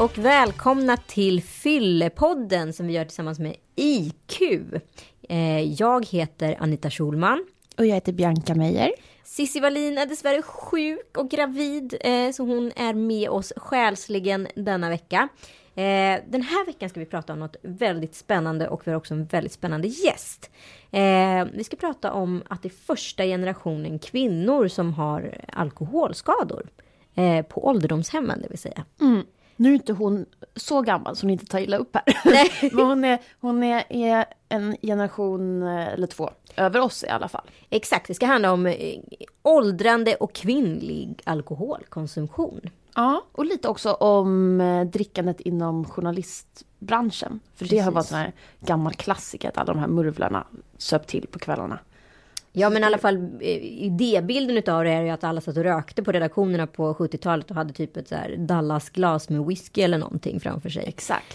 och välkomna till Fyllepodden som vi gör tillsammans med IQ. Jag heter Anita Schulman. Och jag heter Bianca Meijer. Cissi Wallin är dessvärre sjuk och gravid, så hon är med oss själsligen denna vecka. Den här veckan ska vi prata om något väldigt spännande och vi har också en väldigt spännande gäst. Vi ska prata om att det är första generationen kvinnor som har alkoholskador på ålderdomshemmen, det vill säga. Mm. Nu är inte hon så gammal så hon inte tar illa upp här. Nej. Men hon är en generation eller två över oss i alla fall. Exakt, det ska handla om åldrande och kvinnlig alkoholkonsumtion. Ja, och lite också om drickandet inom journalistbranschen. För det har varit en här gammal klassiker att alla de här murvlarna söp till på kvällarna. Ja, men i alla fall idébilden utav det är ju att alla satt och rökte på redaktionerna på 70-talet och hade typ ett så här Dallas-glas med whisky eller någonting framför sig. Exakt.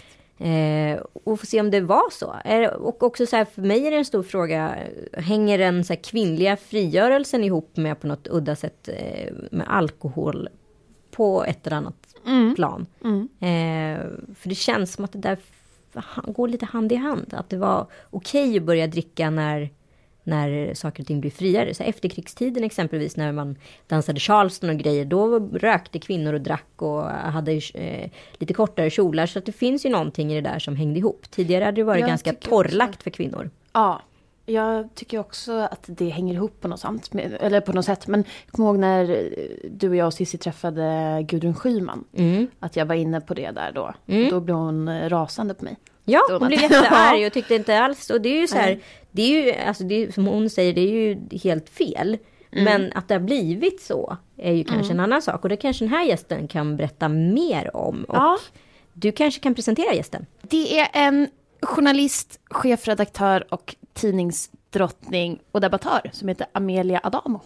Och få se om det var så. Och också så här, för mig är det en stor fråga, hänger den så här kvinnliga frigörelsen ihop med på något udda sätt med alkohol på ett eller annat plan? För det känns som att det där går lite hand i hand. Att det var okej att börja dricka när saker och ting blir friare. Så efterkrigstiden exempelvis när man dansade Charleston och grejer, då rökte kvinnor och drack och hade lite kortare kjolar. Så att det finns ju någonting i det där som hängde ihop. Tidigare hade det varit ganska torrlagt för kvinnor. Ja, jag tycker också att det hänger ihop på något sätt. Eller på något sätt. Men jag kommer ihåg när du och jag och Cissi träffade Gudrun Schyman. Att jag var inne på det där då. Då blev hon rasande på mig. Ja, hon blev jättearg och tyckte inte alls. Och det är ju så här, det är ju, alltså det, som hon säger, det är ju helt fel. Men att det har blivit så är ju kanske en annan sak. Och det kanske den här gästen kan berätta mer om. Och du kanske kan presentera gästen. Det är en journalist, chefredaktör och tidningsdrottning och debattör som heter Amelia Adamo.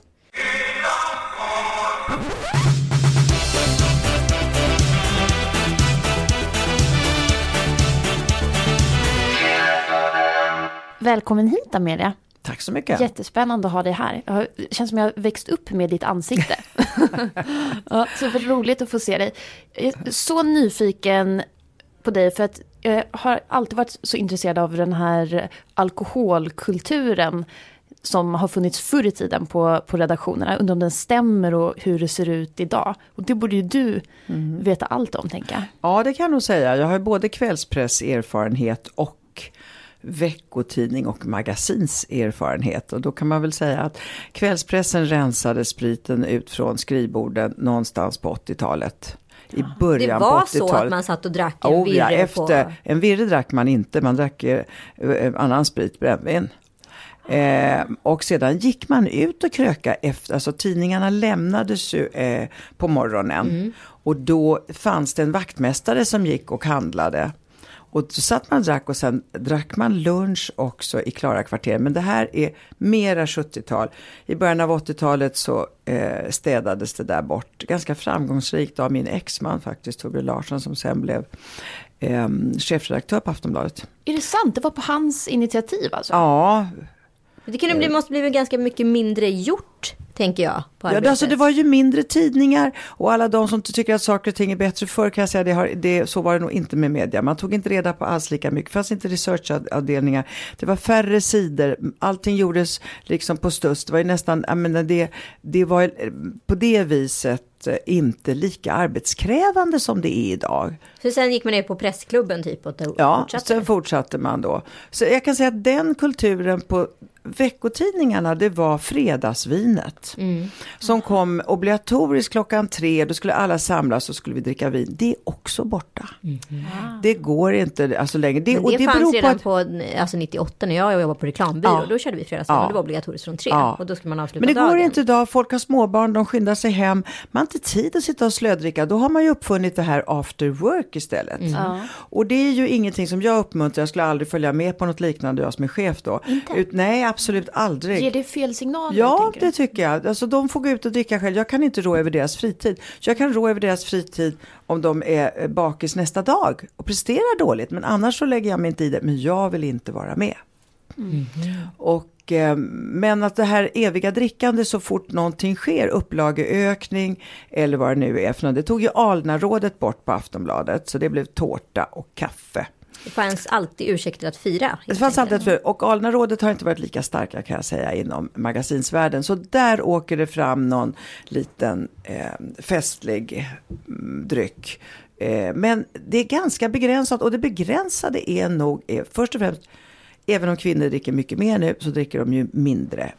Välkommen hit, Amelia. Tack så mycket. Jättespännande att ha dig här. Det känns som jag har växt upp med ditt ansikte. Ja, så för roligt att få se dig. Jag är så nyfiken på dig för att jag har alltid varit så intresserad av den här alkoholkulturen som har funnits förr i tiden på redaktionerna. Undrar om den stämmer och hur det ser ut idag. Och det borde ju du veta allt om, tänker jag. Ja, det kan jag nog säga. Jag har både kvällspresserfarenhet och veckotidning och magasinserfarenhet. Och då kan man väl säga att kvällspressen rensade spriten ut från skrivborden någonstans på 80-talet. I början på 80-talet. Det var så att man satt och drack en virre på... En virre drack man inte, man drack annan sprit, brännvin. Och sedan gick man ut och kröka efter, alltså tidningarna lämnades ju på morgonen. Och då fanns det en vaktmästare som gick och handlade. Och så satt man och drack och sen drack man lunch också i Klara kvarter. Men det här är mera 70-tal. I början av 80-talet så städades det där bort. Ganska framgångsrikt av min exman faktiskt, Torbjörn Larsson, som sen blev chefredaktör på Aftonbladet. Är det sant? Det var på hans initiativ alltså? Ja. Det måste bli ganska mycket mindre gjort, tänker jag. På alltså det var ju mindre tidningar och alla de som tycker att saker och ting är bättre förr, kan jag säga, så var det nog inte med media. Man tog inte reda på alls lika mycket. Det fanns inte researchavdelningar. Det var färre sidor. Allting gjordes liksom på stuss. Det var ju nästan, jag menar, det var på det viset inte lika arbetskrävande som det är idag. Så sen gick man ner på pressklubben typ och fortsatte. Sen fortsatte man då. Så jag kan säga att den kulturen på veckotidningarna, det var fredagsvinet. Som kom obligatoriskt 3:00. Då skulle alla samlas och skulle vi dricka vin. Det är också borta. Det går inte alltså längre. Det fanns redan på 98 när jag jobbade på reklambyrå. Då körde vi fredagsvin och det var obligatoriskt från 3. Och då skulle man avsluta dagen. Men det går inte idag. Folk har småbarn, de skyndar sig hem. Man har inte tid att sitta och slödricka. Då har man ju uppfunnit det här after work istället. Och det är ju ingenting som jag uppmuntrar. Jag skulle aldrig följa med på något liknande, jag som är chef då. Nej, absolut aldrig. Ger det fel signaler? Ja, det tycker jag. Alltså, de får gå ut och dricka själv. Jag kan inte rå över deras fritid. Jag kan rå över deras fritid om de är bakis nästa dag och presterar dåligt. Men annars så lägger jag mig inte i det. Men jag vill inte vara med. Men att det här eviga drickande så fort någonting sker, upplageökning eller vad det nu är för något, det tog ju Alnarådet bort på Aftonbladet, så det blev tårta och kaffe. Det fanns alltid ursäkter att fira. Det fanns alltid att fira, och Alnarådet har inte varit lika starka kan jag säga inom magasinsvärlden, så där åker det fram någon liten festlig dryck. Men det är ganska begränsat, och det begränsade är nog först och främst, även om kvinnor dricker mycket mer nu, så dricker de ju mindre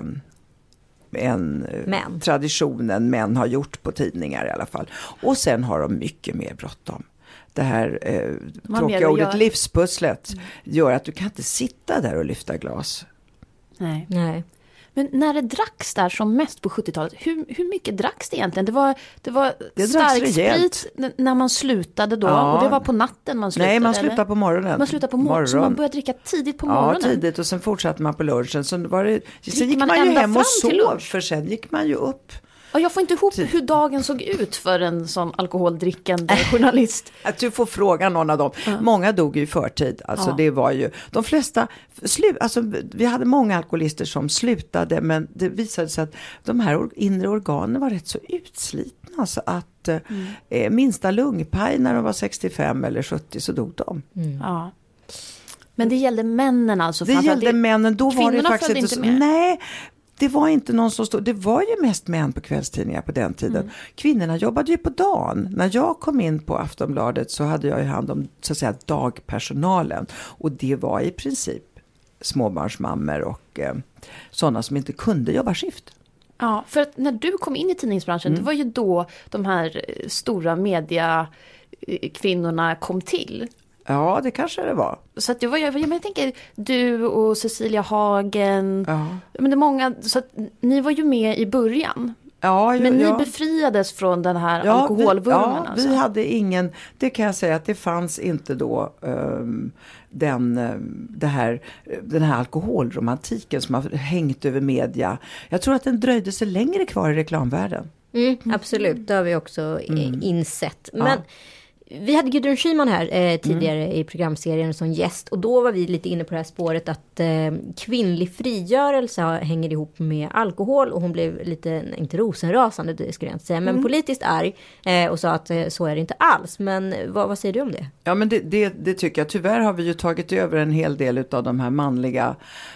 än traditionen män har gjort på tidningar i alla fall. Och sen har de mycket mer bråttom. Det här tråkiga ordet livspusslet gör att du kan inte sitta där och lyfta glas. Nej. Men när det dracks där som mest på 70-talet, hur mycket dracks det egentligen? Det var starksprit när man slutade då, och det var på natten man slutade. Nej, man slutade på morgonen. Man slutade på morgonen, så man började dricka tidigt på morgonen. Ja, tidigt, och sen fortsatte man på lunchen. Sen gick man ju hem och sov, för sen gick man ju upp. Och jag får inte ihop hur dagen såg ut för en sån alkoholdrickande journalist. Att du får fråga någon av dem. Många dog ju i förtid. Alltså det var ju, de flesta vi hade många alkoholister som slutade, men det visade sig att de här inre organen var rätt så utslitna. Alltså att minsta lungpaj när de var 65 eller 70 så dog de. Ja. Men det gällde männen alltså? Det gällde männen, då var det faktiskt inte med. Nej, det var inte någon som stod. Det var ju mest män på kvällstidningar på den tiden. Kvinnorna jobbade ju på dagen. När jag kom in på Aftonbladet så hade jag ju hand om, så att säga, dagpersonalen. Och det var i princip småbarnsmammor och sådana som inte kunde jobba skift. Ja, för att när du kom in i tidningsbranschen, det var ju då de här stora mediakvinnorna kom till. Ja, det kanske det var. Så att jag tänker, du och Cecilia Hagen, men det är många, så att ni var ju med i början. Ja, men ni befriades från den här alkoholvurmen. Vi hade ingen, det kan jag säga att det fanns inte då den här alkoholromantiken som har hängt över media. Jag tror att den dröjde sig längre kvar i reklamvärlden. Absolut, det har vi också insett. Men vi hade Gudrun Schyman här tidigare i programserien som gäst, och då var vi lite inne på det här spåret att kvinnlig frigörelse hänger ihop med alkohol, och hon blev lite, inte rosenrasande, det skulle jag inte säga, men politiskt arg och sa att så är det inte alls. Men vad säger du om det? Ja, men det tycker jag. Tyvärr har vi ju tagit över en hel del av de här manliga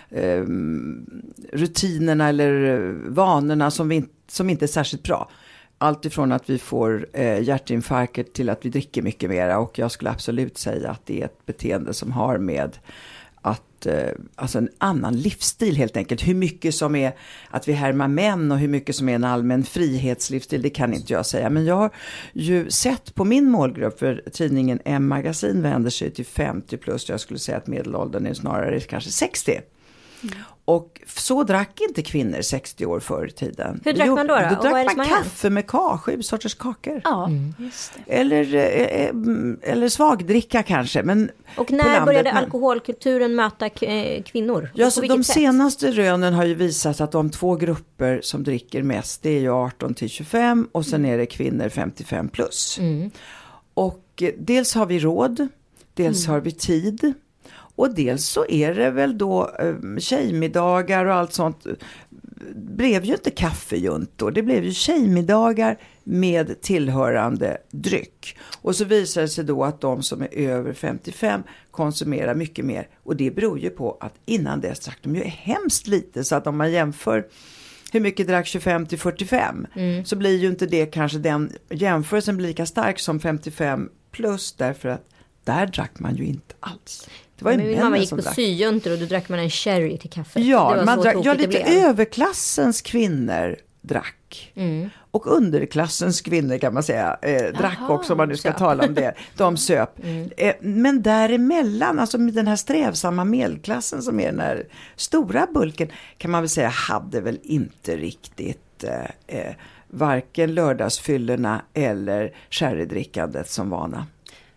rutinerna eller vanorna som inte är särskilt bra. Allt ifrån att vi får hjärtinfarkter till att vi dricker mycket mera. Och jag skulle absolut säga att det är ett beteende som har med att, alltså en annan livsstil helt enkelt. Hur mycket som är att vi härmar män och hur mycket som är en allmän frihetslivsstil, det kan inte jag säga. Men jag har ju sett på min målgrupp, för tidningen M-magasin vänder sig till 50 plus. Jag skulle säga att medelåldern är snarare kanske 60. Och så drack inte kvinnor 60 år förr i tiden. Hur drack man då? Då drack man kaffe med 7 sorters kakor. Ja, just det. Eller svagdricka kanske. Men och när började alkoholkulturen möta kvinnor? Ja, så de senaste rönen har ju visat att de 2 grupper som dricker mest, det är ju 18-25 och sen är det kvinnor 55 plus. Och dels har vi råd, dels har vi tid. Och dels så är det väl då tjejmiddagar och allt sånt. Blev ju inte kaffejuntor. Det blev ju tjejmiddagar med tillhörande dryck. Och så visar det sig då att de som är över 55 konsumerar mycket mer. Och det beror ju på att innan dess drack de ju hemskt lite. Så att om man jämför hur mycket drack 25 till 45 så blir ju inte det kanske den jämförelsen blir lika stark som 55 plus. Därför att där drack man ju inte alls. Det var ju men mamma gick på syjuntor och då drack man en sherry till kaffe. Ja, man drack, lite överklassens kvinnor drack. Och underklassens kvinnor kan man säga drack också, om man nu ska tala om det. De söp. Men däremellan, alltså med den här strävsamma medelklassen som är den här stora bulken, kan man väl säga hade väl inte riktigt varken lördagsfyllorna eller sherrydrickandet som vana.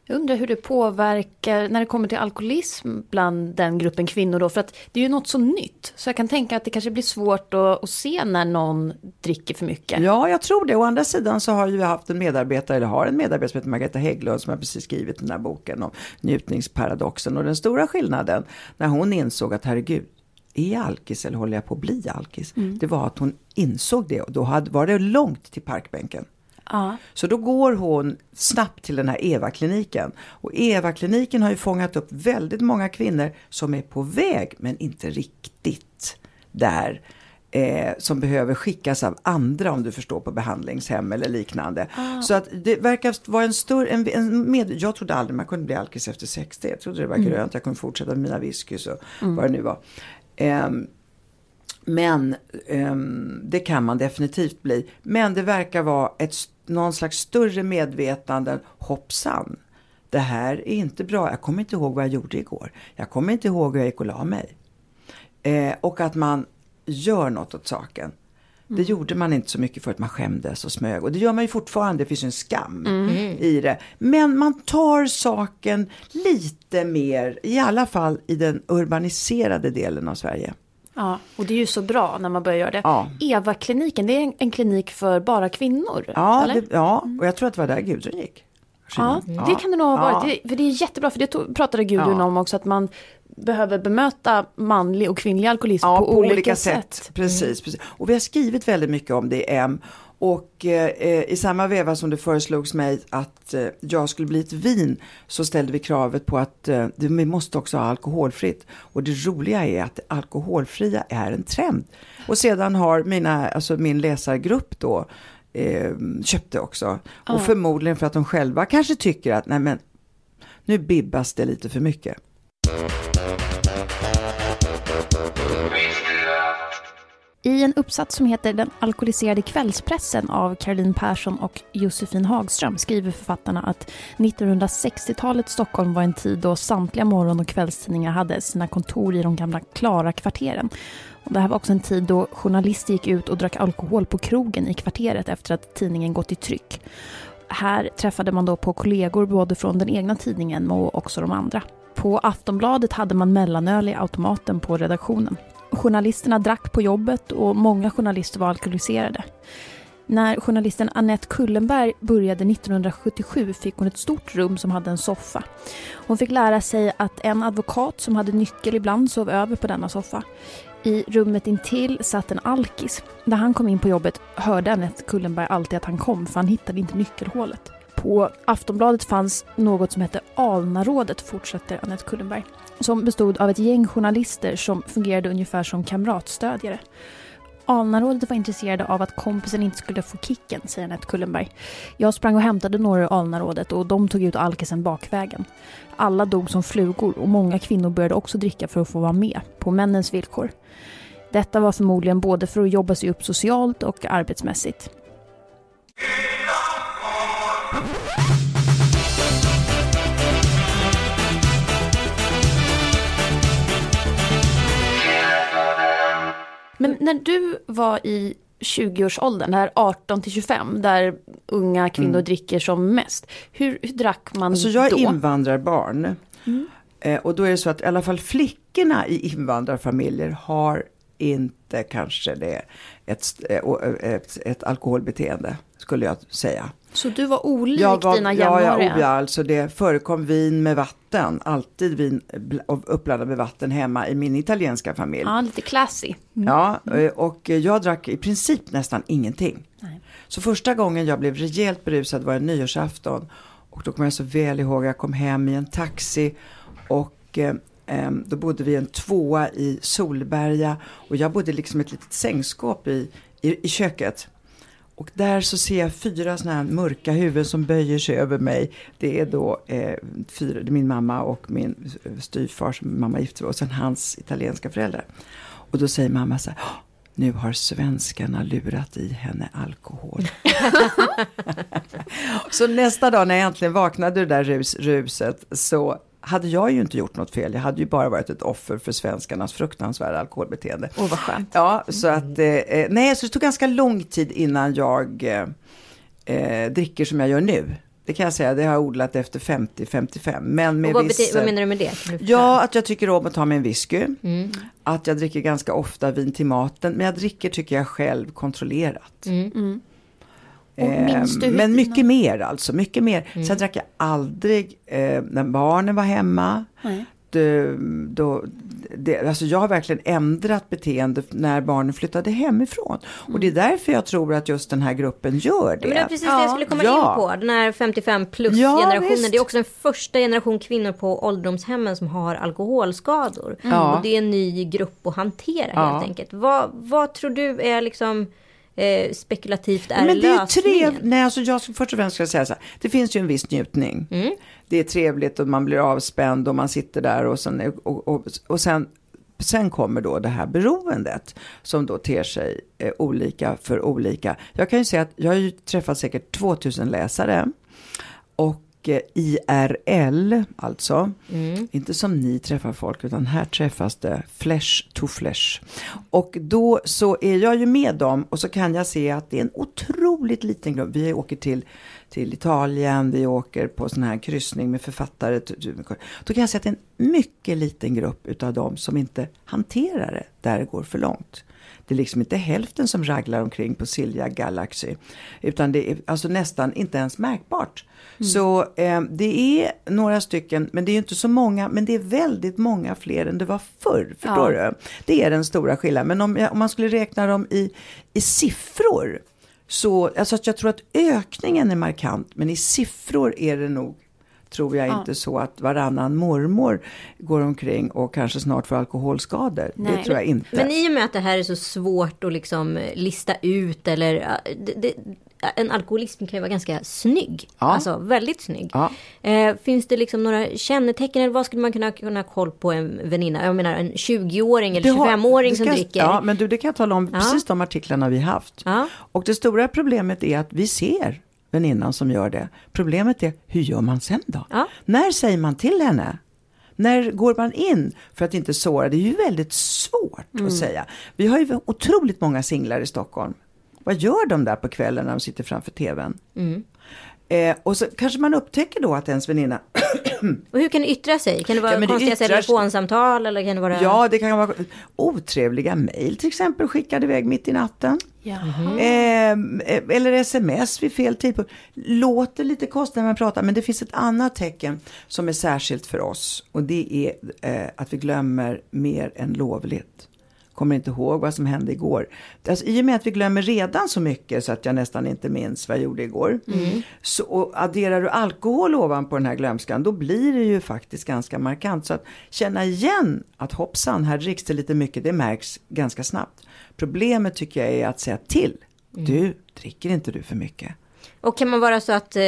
Jag undrar hur det påverkar när det kommer till alkoholism bland den gruppen kvinnor då. För att det är ju något så nytt. Så jag kan tänka att det kanske blir svårt att se när någon dricker för mycket. Ja, jag tror det. Å andra sidan så har ju haft en medarbetare, eller har en medarbetare som heter Margareta Hägglund, som har precis skrivit den här boken om njutningsparadoxen. Och den stora skillnaden när hon insåg att herregud, är jag alkis eller håller jag på att bli alkis? Det var att hon insåg det, och då var det långt till parkbänken. Ja. Så då går hon snabbt till den här Eva-kliniken. Och Eva-kliniken har ju fångat upp väldigt många kvinnor som är på väg, men inte riktigt där. Som behöver skickas av andra, om du förstår, på behandlingshem eller liknande. Så att det verkar vara en större... jag trodde aldrig man kunde bli alkis efter 60. Jag trodde det var grönt. Jag kunde fortsätta med mina whiskys och vad det nu var. Men det kan man definitivt bli. Men det verkar vara någon slags större medvetande. Hoppsan, det här är inte bra. Jag kommer inte ihåg vad jag gjorde igår. Jag kommer inte ihåg hur jag gick och la mig. Och att man gör något åt saken. Det gjorde man inte så mycket för att man skämdes och smög. Och det gör man ju fortfarande. Det finns en skam i det. Men man tar saken lite mer, i alla fall i den urbaniserade delen av Sverige. Ja, och det är ju så bra när man börjar göra det. Ja. Eva-kliniken, det är en klinik för bara kvinnor, Ja, eller? Och jag tror att det var där Gudrun gick. Ja, det kan det nog ha varit. För det är jättebra, för det pratade Gudrun om också, att man behöver bemöta manlig och kvinnlig alkoholism på olika sätt. Precis. Och vi har skrivit väldigt mycket om det i Och i samma veva som det föreslogs mig att jag skulle bli ett vin, så ställde vi kravet på att vi måste också ha alkoholfritt. Och det roliga är att det alkoholfria är en trend. Och sedan har min läsargrupp då köpte också. Och förmodligen för att de själva kanske tycker att nej, men nu bibbas det lite för mycket. I en uppsats som heter Den alkoholiserade kvällspressen av Caroline Persson och Josefin Hagström skriver författarna att 1960-talets Stockholm var en tid då samtliga morgon- och kvällstidningar hade sina kontor i de gamla Klara-kvarteren. Och det här var också en tid då journalister gick ut och drack alkohol på krogen i kvarteret efter att tidningen gått i tryck. Här träffade man då på kollegor både från den egna tidningen och också de andra. På Aftonbladet hade man mellanöl i automaten på redaktionen. Journalisterna drack på jobbet och många journalister var alkoholiserade. När journalisten Annette Kullenberg började 1977 fick hon ett stort rum som hade en soffa. Hon fick lära sig att en advokat som hade nyckel ibland sov över på denna soffa. I rummet intill satt en alkis. När han kom in på jobbet hörde Annette Kullenberg alltid att han kom, för han hittade inte nyckelhålet. På Aftonbladet fanns något som hette Alnarådet, fortsätter Annette Kullenberg, som bestod av ett gäng journalister som fungerade ungefär som kamratstödjare. Alnarådet var intresserade av att kompisen inte skulle få kicken, säger Annette Kullenberg. Jag sprang och hämtade några i Alnarådet och de tog ut alkisen bakvägen. Alla dog som flugor och många kvinnor började också dricka för att få vara med, på männens villkor. Detta var förmodligen både för att jobba sig upp socialt och arbetsmässigt. Men när du var i 20-årsåldern, här 18-25, där unga kvinnor dricker som mest, hur drack man då? Jag är invandrarbarn. Och då är det så att i alla fall flickorna i invandrarfamiljer har inte kanske ett alkoholbeteende, skulle jag säga. Så du var olik dina jämnåriga? Ja, alltså det förekom vin med vatten. Alltid vin uppblandat med vatten hemma i min italienska familj. Ja, lite classy. Ja, och jag drack i princip nästan ingenting. Nej. Så första gången jag blev rejält berusad var en nyårsafton. Och då kommer jag så väl ihåg, jag kom hem i en taxi och då bodde vi en 2:a i Solberga. Och jag bodde liksom ett litet sängskåp i köket. Och där så ser jag 4 såna här mörka huvuden som böjer sig över mig. Det är då min mamma och min styvfar som mamma gifte och sen hans italienska föräldrar. Och då säger mamma så här: nu har svenskarna lurat i henne alkohol. Så nästa dag när jag äntligen vaknade det där ruset så hade jag ju inte gjort något fel. Jag hade ju bara varit ett offer för svenskarnas fruktansvärda alkoholbeteende. Åh, vad skönt. Ja, så att så det tog ganska lång tid innan jag dricker som jag gör nu. Det kan jag säga, det har jag odlat efter 50-55. Men med vad menar du med det? Ja, att jag tycker om att ta mig en whisky. Att jag dricker ganska ofta vin till maten. Men jag dricker, tycker jag själv, kontrollerat. Men mycket mer alltså, mycket mer. Sen drack jag aldrig när barnen var hemma. Nej. Alltså jag har verkligen ändrat beteende när barnen flyttade hemifrån. Och det är därför jag tror att just den här gruppen gör det. Men det är precis det jag skulle komma in på. Den här 55 plus generationen. Visst. Det är också den första generation kvinnor på ålderdomshemmen som har alkoholskador. Och det är en ny grupp att hantera helt enkelt. Vad tror du är liksom spekulativt är men det är lösningen? Nej, alltså jag först och främst ska säga så här. Det finns ju en viss njutning. Det är trevligt och man blir avspänd och man sitter där och sen kommer då det här beroendet som då ter sig olika för olika. Jag kan ju säga att jag har ju träffat säkert 2000 läsare och IRL alltså, inte som ni träffar folk utan här träffas det flesh to flesh. Och då så är jag ju med dem och så kan jag se att det är en otroligt liten grupp. Vi åker till Italien, vi åker på sån här kryssning med författare. Då kan jag se att det är en mycket liten grupp utav dem som inte hanterar det där det går för långt. Det är liksom inte hälften som raglar omkring på Silja Galaxy. Utan det är alltså nästan inte ens märkbart. Så det är några stycken, men det är ju inte så många. Men det är väldigt många fler än det var förr, förstår du? Det är den stora skillnaden. Men om man skulle räkna dem i siffror. Så alltså att jag tror att ökningen är markant. Men i siffror är det nog, tror jag inte så att varannan mormor går omkring och kanske snart får alkoholskador. Nej. Det tror jag inte. Men i och med att det här är så svårt att liksom lista ut eller en alkoholism kan ju vara ganska snygg. Alltså väldigt snygg. Finns det liksom några kännetecken eller vad skulle man kunna ha koll på en väninna? Jag menar en 20-åring eller 25-åring som dricker. Ja, men det kan jag tala om precis de artiklarna vi haft. Och det stora problemet är att vi ser väninnan som gör det. Problemet är, hur gör man sen då? När säger man till henne? När går man in för att inte såra? Det är ju väldigt svårt att säga. Vi har ju otroligt många singlar i Stockholm. Vad gör de där på kvällen när de sitter framför tvn? Och så kanske man upptäcker då att ens väninna... Och hur kan det yttra sig? Kan det vara konstiga telefonsamtal? Eller kan det vara... Ja, det kan vara otrevliga mejl till exempel skickade iväg mitt i natten. Eller sms vid fel tidpunkt. Låter lite konstigt när man pratar, men det finns ett annat tecken som är särskilt för oss. Och det är att vi glömmer mer än lovligt. Kommer inte ihåg vad som hände igår. Alltså, i och med att vi glömmer redan så mycket så att jag nästan inte minns vad jag gjorde igår. Så och adderar du alkohol ovanpå den här glömskan, då blir det ju faktiskt ganska markant. Så att känna igen att hoppsan, här dricks det lite mycket, det märks ganska snabbt. Problemet tycker jag är att säga till. Du, dricker inte du för mycket? Och kan man vara så att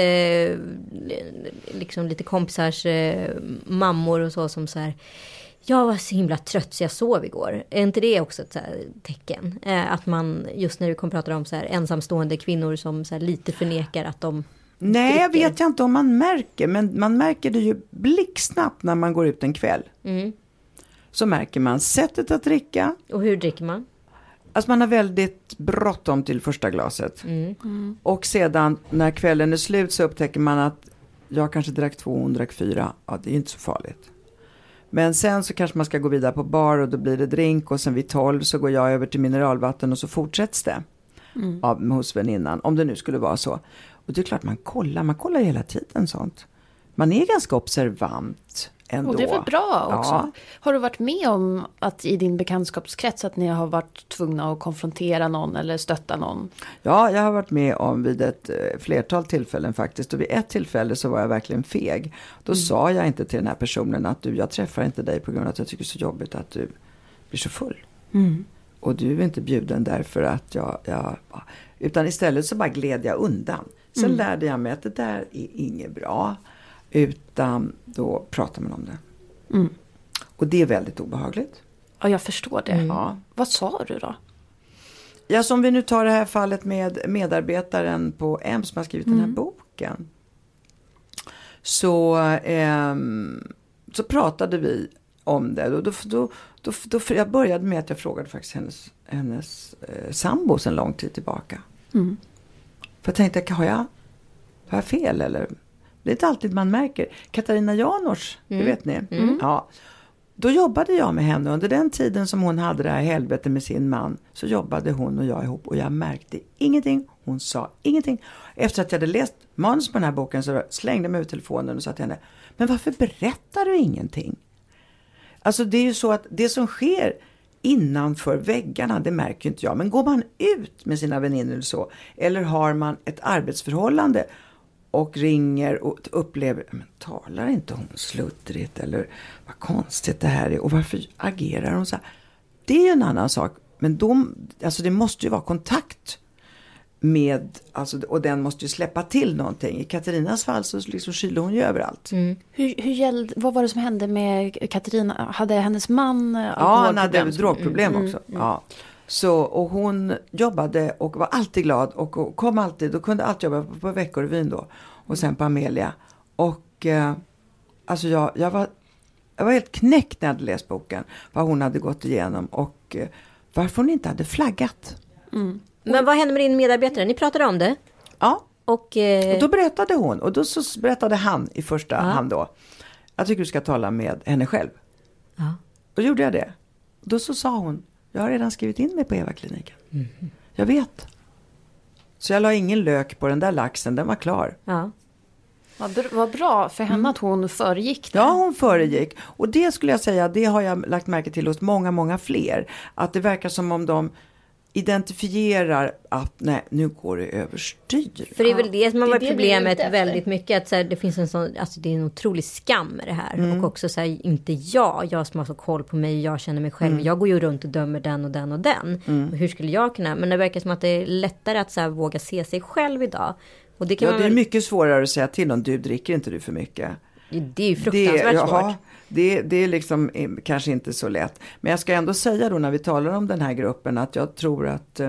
liksom lite kompisars mammor och så som så här... Jag var så himla trött så jag sov igår. Är inte det också ett så här tecken? Att man, just när du kommer prata om så här ensamstående kvinnor som så här lite förnekar att de Nej, dricker. Jag vet inte om man märker. Men man märker det ju blixtsnabbt när man går ut en kväll. Så märker man sättet att dricka. Och hur dricker man? Alltså man har väldigt bråttom till första glaset. Och sedan när kvällen är slut så upptäcker man att jag kanske drack 2, hon drack 4. Ja, det är ju inte så farligt. Men sen så kanske man ska gå vidare på bar och då blir det drink och sen vid 12 så går jag över till mineralvatten och så fortsätts det hos väninnan. Om det nu skulle vara så. Och det är klart man kollar hela tiden sånt. Man är ganska observant ändå. Och det är väl bra också. Ja. Har du varit med om att i din bekantskapskrets att ni har varit tvungna att konfrontera någon eller stötta någon? Ja, jag har varit med om vid ett flertal tillfällen faktiskt. Och vid ett tillfälle så var jag verkligen feg. Då sa jag inte till den här personen att jag träffar inte dig på grund av att jag tycker det är så jobbigt att du blir så full. Och du är inte bjuden därför att jag utan istället så bara gled jag undan. Sen lärde jag mig att det där är inget bra. Utan då pratar man om det. Och det är väldigt obehagligt. Ja, jag förstår det. Ja. Vad sa du då? Ja, som vi nu tar det här fallet med medarbetaren på M som har skrivit den här boken. Så pratade vi om det. Och då jag började med att jag frågade faktiskt hennes sambo sedan lång tid tillbaka. För jag tänkte, har jag fel eller Det är inte alltid man märker. Katarina Janouch, det vet ni. Ja. Då jobbade jag med henne. Under den tiden som hon hade det här helvetet med sin man, så jobbade hon och jag ihop. Och jag märkte ingenting. Hon sa ingenting. Efter att jag hade läst manus på den här boken så slängde jag mig ut telefonen och sa till henne: men varför berättar du ingenting? Alltså det är ju så att det som sker innanför väggarna, det märker ju inte jag. Men går man ut med sina väninnor eller så, eller har man ett arbetsförhållande och ringer och upplever, men talar inte hon sluddrigt, eller vad konstigt det här är och varför agerar hon så här? Det är ju en annan sak, men alltså det måste ju vara kontakt med, alltså, och den måste ju släppa till någonting. I Katarinas fall så liksom skyller hon ju överallt. Vad var det som hände med Katarina? Hade hennes man han hade drogproblem också. Ja. Så, och hon jobbade och var alltid glad och kom alltid och kunde alltid jobba på Veckorevyn då och sen på Amelia. Och alltså jag var helt knäckt när jag hade läst boken, vad hon hade gått igenom och varför hon inte hade flaggat. Men vad hände med din medarbetare? Ni pratade om det? Ja. Och då berättade hon, och då så berättade han i första hand då: jag tycker du ska tala med henne själv. Ja. Och gjorde jag det. Då så sa hon: jag har redan skrivit in mig på Eva-kliniken. Jag vet. Så jag la ingen lök på den där laxen, den var klar. Ja. Vad bra för henne att hon föregick det. Ja, hon föregick. Och det skulle jag säga, det har jag lagt märke till hos många, många fler. Att det verkar som om de identifierar att nej, nu går det överstyr. För det är väl det som har varit problemet väldigt mycket. Att så här, det finns en sån, alltså det är en otrolig skam med det här. Och också så här, inte jag som har så koll på mig, jag känner mig själv. Jag går ju runt och dömer den och den och den. Och hur skulle jag kunna? Men det verkar som att det är lättare att så här, våga se sig själv idag. Och det kan det är mycket svårare att säga till om du dricker inte du för mycket. Det är ju fruktansvärt svårt. Det är liksom kanske inte så lätt. Men jag ska ändå säga då när vi talar om den här gruppen att jag tror att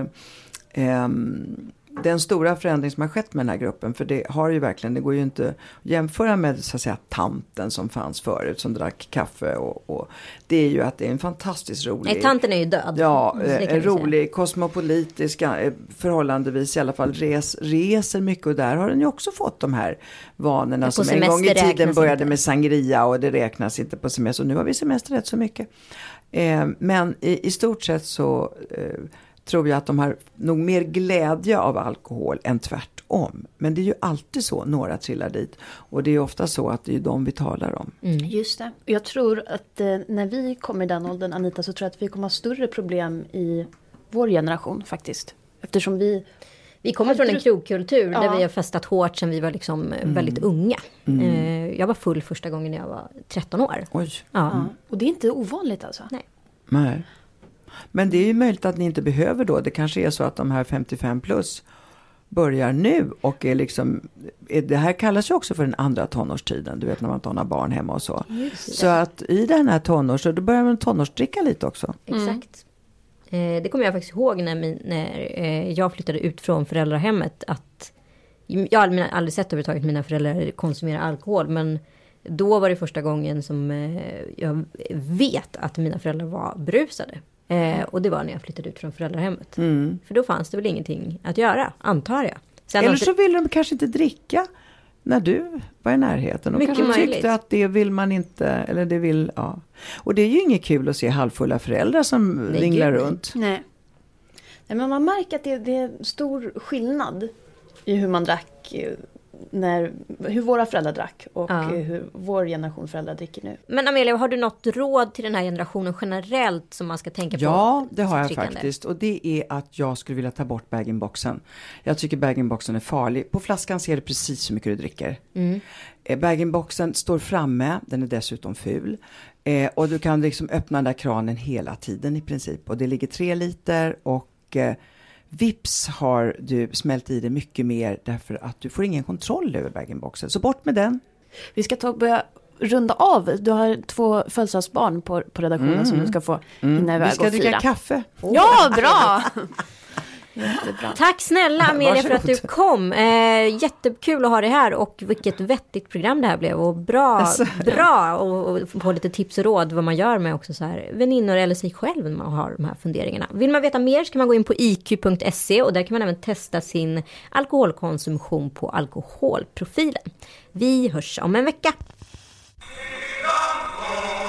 den stora förändring som har skett med den här gruppen, för det har ju verkligen, det går ju inte att jämföra med så att säga tanten som fanns förut som drack kaffe och det är ju att det är en fantastiskt rolig... Nej, tanten är ju död. Ja, en rolig, kosmopolitisk, förhållandevis i alla fall reser mycket, och där har den ju också fått de här vanorna som en gång i tiden började med sangria och det räknas inte på semester, och nu har vi semester rätt så mycket. Men i stort sett så... tror jag att de har nog mer glädje av alkohol än tvärtom. Men det är ju alltid så, några trillar dit. Och det är ofta så att det är de vi talar om. Just det. Jag tror att när vi kommer i den åldern, Anita, så tror jag att vi kommer ha större problem i vår generation faktiskt. Eftersom vi kommer från en krogkultur där vi har festat hårt sedan vi var liksom väldigt unga. Jag var full första gången när jag var 13 år. Oj. Ja. Och det är inte ovanligt alltså. Nej. Men det är ju möjligt att ni inte behöver då. Det kanske är så att de här 55 plus börjar nu och är liksom, det här kallas ju också för den andra tonårstiden. Du vet, när man har barn hemma och så. Så att i den här så då börjar man tonårsdricka lite också. Exakt. Det kommer jag faktiskt ihåg när jag flyttade ut från föräldrahemmet, att jag har aldrig sett överhuvudtaget mina föräldrar konsumera alkohol, men då var det första gången som jag vet att mina föräldrar var brusade. Och det var när jag flyttade ut från föräldrahemmet. För då fanns det väl ingenting att göra, antar jag. Sen eller så ville de kanske inte dricka när du var i närheten. Och kanske tyckte att det vill man inte, eller det vill, ja. Och det är ju inget kul att se halvfulla föräldrar som ringlar runt. Nej, men man märker att det är stor skillnad i hur man drack, hur våra föräldrar drack och hur vår generation föräldrar dricker nu. Men Amelia, har du något råd till den här generationen generellt som man ska tänka på? Ja, det har jag faktiskt. Och det är att jag skulle vilja ta bort bag-in-boxen. Jag tycker bag-in-boxen är farlig. På flaskan ser du precis hur mycket du dricker. Bag-in-boxen står framme, den är dessutom ful. Och du kan liksom öppna den där kranen hela tiden i princip. Och det ligger 3 liter och... vips har du smält i det mycket mer därför att du får ingen kontroll över bag-in-boxen. Så bort med den. Vi ska börja runda av. Du har 2 födelsedagsbarn på redaktionen som du ska få hinna iväg och fira. Vi ska dricka kaffe. Ja, bra! Jättebra. Tack snälla Amelia för att du kom. Jättekul att ha dig här och vilket vettigt program det här blev. Och bra och få lite tips och råd vad man gör med också så här väninnor eller sig själv när man har de här funderingarna. Vill man veta mer så kan man gå in på iq.se och där kan man även testa sin alkoholkonsumtion på alkoholprofilen. Vi hörs om en vecka.